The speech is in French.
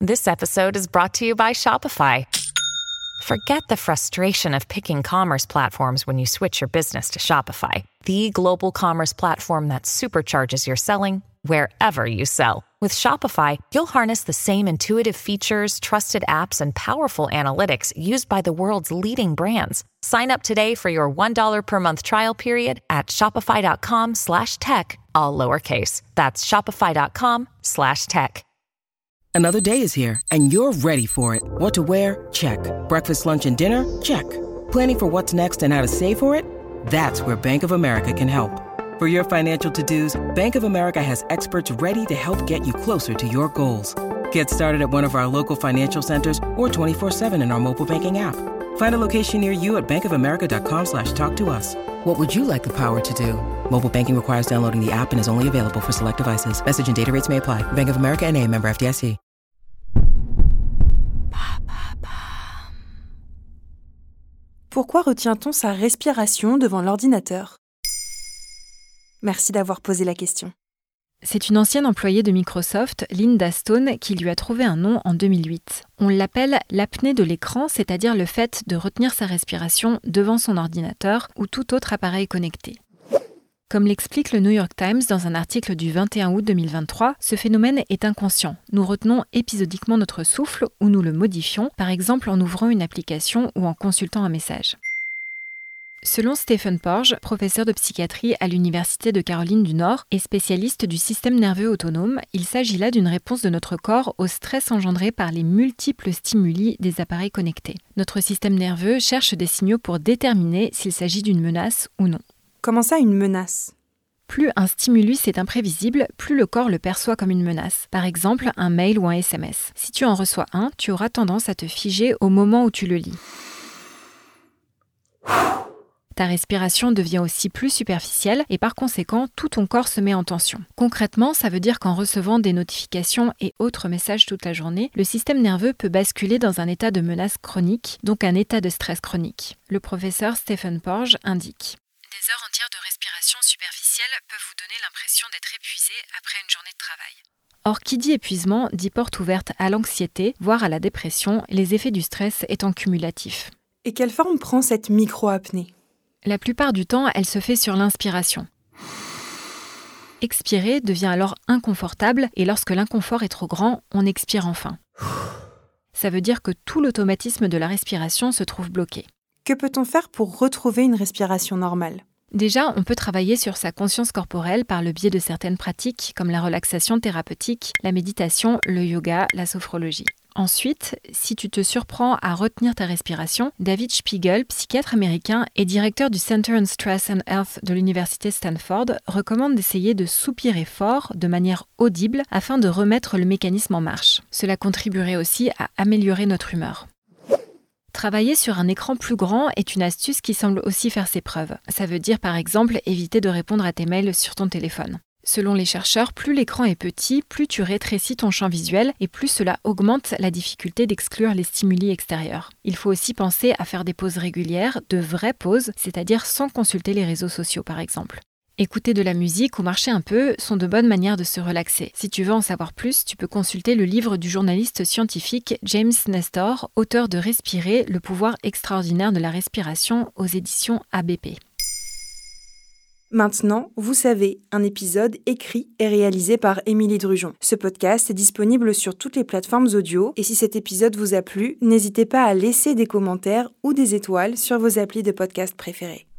This episode is brought to you by Shopify. Forget the frustration of picking commerce platforms when you switch your business to Shopify, the global commerce platform that supercharges your selling wherever you sell. With Shopify, you'll harness the same intuitive features, trusted apps, and powerful analytics used by the world's leading brands. Sign up today for your $1 per month trial period at shopify.com/tech, all lowercase. That's shopify.com/tech. Another day is here, and you're ready for it. What to wear? Check. Breakfast, lunch, and dinner? Check. Planning for what's next and how to save for it? That's where Bank of America can help. For your financial to-dos, Bank of America has experts ready to help get you closer to your goals. Get started at one of our local financial centers or 24/7 in our mobile banking app. Find a location near you at bankofamerica.com/talktous. What would you like the power to do? Mobile banking requires downloading the app and is only available for select devices. Message and data rates may apply. Bank of America N.A., member FDIC. Pourquoi retient-on sa respiration devant l'ordinateur ? Merci d'avoir posé la question. C'est une ancienne employée de Microsoft, Linda Stone, qui lui a trouvé un nom en 2008. On l'appelle l'apnée de l'écran, c'est-à-dire le fait de retenir sa respiration devant son ordinateur ou tout autre appareil connecté. Comme l'explique le New York Times dans un article du 21 août 2023, ce phénomène est inconscient. Nous retenons épisodiquement notre souffle ou nous le modifions, par exemple en ouvrant une application ou en consultant un message. Selon Stephen Porges, professeur de psychiatrie à l'Université de Caroline du Nord et spécialiste du système nerveux autonome, il s'agit là d'une réponse de notre corps au stress engendré par les multiples stimuli des appareils connectés. Notre système nerveux cherche des signaux pour déterminer s'il s'agit d'une menace ou non. Comment ça, une menace ? Plus un stimulus est imprévisible, plus le corps le perçoit comme une menace. Par exemple, un mail ou un SMS. Si tu en reçois un, tu auras tendance à te figer au moment où tu le lis. Ta respiration devient aussi plus superficielle et par conséquent, tout ton corps se met en tension. Concrètement, ça veut dire qu'en recevant des notifications et autres messages toute la journée, le système nerveux peut basculer dans un état de menace chronique, donc un état de stress chronique. Le professeur Stephen Porges indique. Des heures entières de respiration superficielle peuvent vous donner l'impression d'être épuisé après une journée de travail. Or, qui dit épuisement dit porte ouverte à l'anxiété, voire à la dépression, les effets du stress étant cumulatifs. Et quelle forme prend cette micro-apnée ? La plupart du temps, elle se fait sur l'inspiration. Expirer devient alors inconfortable et lorsque l'inconfort est trop grand, on expire enfin. Ça veut dire que tout l'automatisme de la respiration se trouve bloqué. Que peut-on faire pour retrouver une respiration normale ? Déjà, on peut travailler sur sa conscience corporelle par le biais de certaines pratiques comme la relaxation thérapeutique, la méditation, le yoga, la sophrologie. Ensuite, si tu te surprends à retenir ta respiration, David Spiegel, psychiatre américain et directeur du Center on Stress and Health de l'université Stanford, recommande d'essayer de soupirer fort, de manière audible, afin de remettre le mécanisme en marche. Cela contribuerait aussi à améliorer notre humeur. Travailler sur un écran plus grand est une astuce qui semble aussi faire ses preuves. Ça veut dire par exemple éviter de répondre à tes mails sur ton téléphone. Selon les chercheurs, plus l'écran est petit, plus tu rétrécis ton champ visuel et plus cela augmente la difficulté d'exclure les stimuli extérieurs. Il faut aussi penser à faire des pauses régulières, de vraies pauses, c'est-à-dire sans consulter les réseaux sociaux par exemple. Écouter de la musique ou marcher un peu sont de bonnes manières de se relaxer. Si tu veux en savoir plus, tu peux consulter le livre du journaliste scientifique James Nestor, auteur de Respirer, le pouvoir extraordinaire de la respiration aux éditions ABP. Maintenant, vous savez, un épisode écrit et réalisé par Émilie Drujon. Ce podcast est disponible sur toutes les plateformes audio et si cet épisode vous a plu, n'hésitez pas à laisser des commentaires ou des étoiles sur vos applis de podcast préférés.